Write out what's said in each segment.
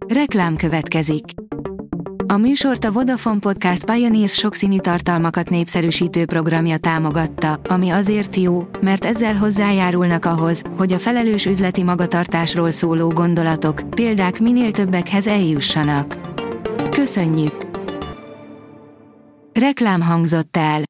Reklám következik. A műsort a Vodafone Podcast Pioneers sokszínű tartalmakat népszerűsítő programja támogatta, ami azért jó, mert ezzel hozzájárulnak ahhoz, hogy a felelős üzleti magatartásról szóló gondolatok, példák minél többekhez eljussanak. Köszönjük! Reklám hangzott el.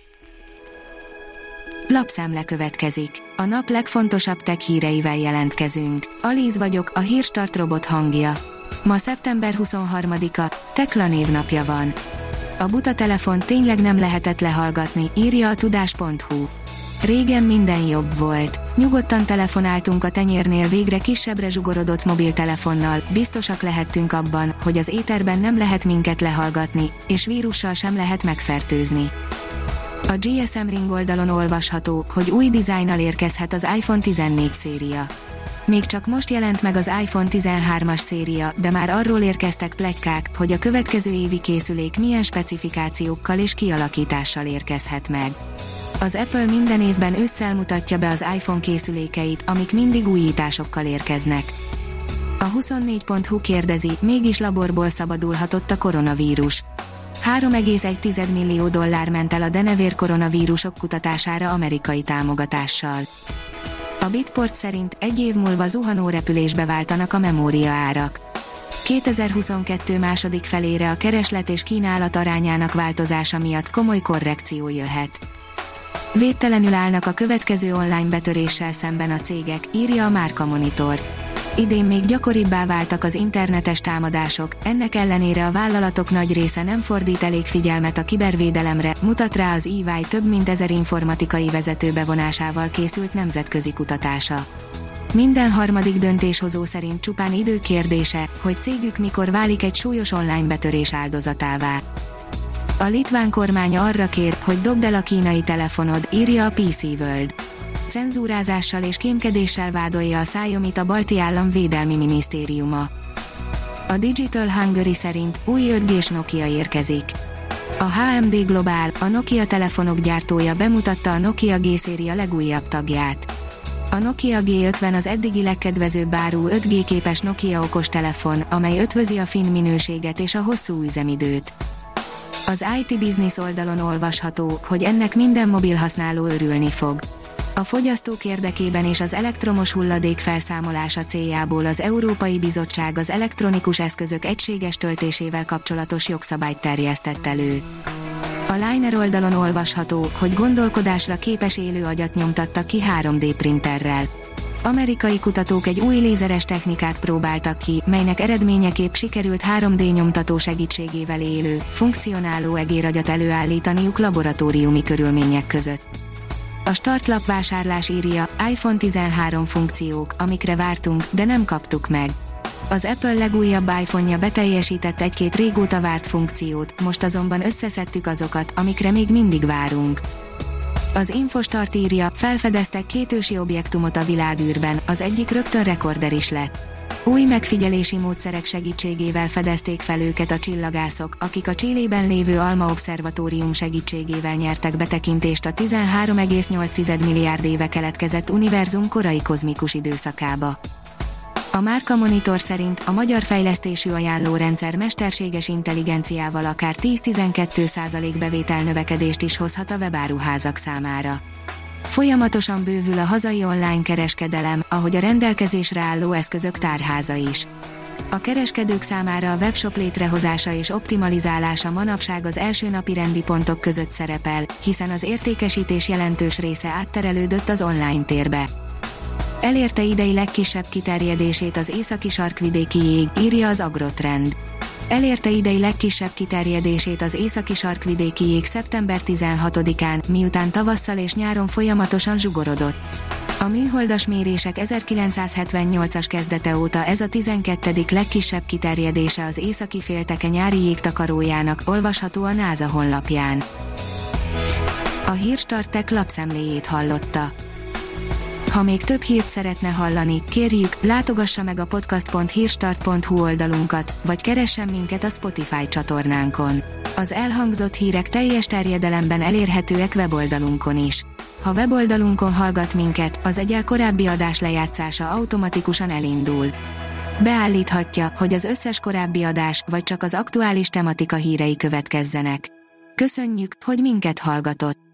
Lapszemle következik. A nap legfontosabb tech híreivel jelentkezünk. Alíz vagyok, a Hírstart robot hangja. Ma szeptember 23-a, Tekla névnapja van. A buta telefon tényleg nem lehetett lehallgatni, írja a tudás.hu. Régen minden jobb volt. Nyugodtan telefonáltunk a tenyérnél végre kisebbre zsugorodott mobiltelefonnal, biztosak lehettünk abban, hogy az éterben nem lehet minket lehallgatni, és vírussal sem lehet megfertőzni. A GSM Ring oldalon olvasható, hogy új dizájnnal érkezhet az iPhone 14 széria. Még csak most jelent meg az iPhone 13-as széria, de már arról érkeztek pletykák, hogy a következő évi készülék milyen specifikációkkal és kialakítással érkezhet meg. Az Apple minden évben ősszel mutatja be az iPhone készülékeit, amik mindig újításokkal érkeznek. A 24.hu kérdezi, mégis laborból szabadulhatott a koronavírus. $3,1 millió ment el a denevér koronavírusok kutatására amerikai támogatással. A Bitport szerint egy év múlva zuhanó repülésbe váltanak a memóriaárak. 2022 második felére a kereslet és kínálat arányának változása miatt komoly korrekció jöhet. Védtelenül állnak a következő online betöréssel szemben a cégek, írja a Márka Monitor. Idén még gyakoribbá váltak az internetes támadások, ennek ellenére a vállalatok nagy része nem fordít elég figyelmet a kibervédelemre, mutat rá az EY több mint 1000 informatikai vezető bevonásával készült nemzetközi kutatása. Minden harmadik döntéshozó szerint csupán idő kérdése, hogy cégük mikor válik egy súlyos online betörés áldozatává. A litván kormány arra kér, hogy dobd el a kínai telefonod, írja a PC World. Cenzúrázással és kémkedéssel vádolja a Xiaomit a balti állam védelmi minisztériuma. A Digital Hungary szerint új 5G-s Nokia érkezik. A HMD Global, a Nokia telefonok gyártója bemutatta a Nokia G-széria legújabb tagját. A Nokia G50 az eddigi legkedvezőbb árú 5G képes Nokia okostelefon, amely ötvözi a finn minőséget és a hosszú üzemidőt. Az IT Business oldalon olvasható, hogy ennek minden mobilhasználó örülni fog. A fogyasztók érdekében és az elektromos hulladék felszámolása céljából az Európai Bizottság az elektronikus eszközök egységes töltésével kapcsolatos jogszabályt terjesztett elő. A Liner oldalon olvasható, hogy gondolkodásra képes élő agyat nyomtattak ki 3D printerrel. Amerikai kutatók egy új lézeres technikát próbáltak ki, melynek eredményeképp sikerült 3D nyomtató segítségével élő, funkcionáló egéragyat előállítaniuk laboratóriumi körülmények között. A startlap vásárlás írja, iPhone 13 funkciók, amikre vártunk, de nem kaptuk meg. Az Apple legújabb iPhone-ja beteljesített egy-két régóta várt funkciót, most azonban összeszedtük azokat, amikre még mindig várunk. Az Infostart írja, felfedeztek két ősi objektumot a világűrben, az egyik rögtön rekorder is lett. Új megfigyelési módszerek segítségével fedezték fel őket a csillagászok, akik a Chilében lévő Alma Obszervatórium segítségével nyertek betekintést a 13,8 milliárd éve keletkezett univerzum korai kozmikus időszakába. A Márka Monitor szerint a magyar fejlesztésű ajánlórendszer mesterséges intelligenciával akár 10-12% bevételnövekedést is hozhat a webáruházak számára. Folyamatosan bővül a hazai online kereskedelem, ahogy a rendelkezésre álló eszközök tárháza is. A kereskedők számára a webshop létrehozása és optimalizálása manapság az első napi rendi pontok között szerepel, hiszen az értékesítés jelentős része átterelődött az online térbe. Elérte idei legkisebb kiterjedését az északi sarkvidéki jég, írja az Agrotrend. Elérte idei legkisebb kiterjedését az északi sarkvidéki jég szeptember 16-án, miután tavasszal és nyáron folyamatosan zsugorodott. A műholdas mérések 1978-as kezdete óta ez a 12. legkisebb kiterjedése az északi félteke nyári jégtakarójának, olvasható a NASA honlapján. A Hírstart Tech lapszemléjét hallotta. Ha még több hírt szeretne hallani, kérjük, látogassa meg a podcast.hírstart.hu oldalunkat, vagy keressen minket a Spotify csatornánkon. Az elhangzott hírek teljes terjedelemben elérhetőek weboldalunkon is. Ha weboldalunkon hallgat minket, az egyel korábbi adás lejátszása automatikusan elindul. Beállíthatja, hogy az összes korábbi adás, vagy csak az aktuális tematika hírei következzenek. Köszönjük, hogy minket hallgatott!